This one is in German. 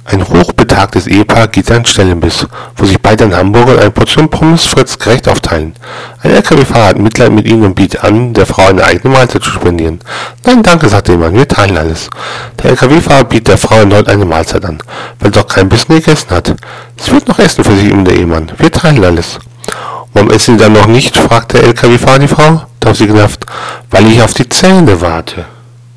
Ein hochbetagtes Ehepaar geht an Stellenbiss, wo sich beide einen Hamburger und eine Portion Pommes Fritz gerecht aufteilen. Ein LKW-Fahrer hat Mitleid mit ihnen und bietet an, der Frau eine eigene Mahlzeit zu spendieren. Nein, danke, sagt der Mann, wir teilen alles. Der LKW-Fahrer bietet der Frau erneut eine Mahlzeit an, weil sie doch kein Bissen gegessen hat. Sie wird noch essen, für sich immer der Ehemann. Wir teilen alles. Warum essen Sie dann noch nicht? Fragt der LKW-Fahrer die Frau. Darauf sie genervt, weil ich auf die Zähne warte.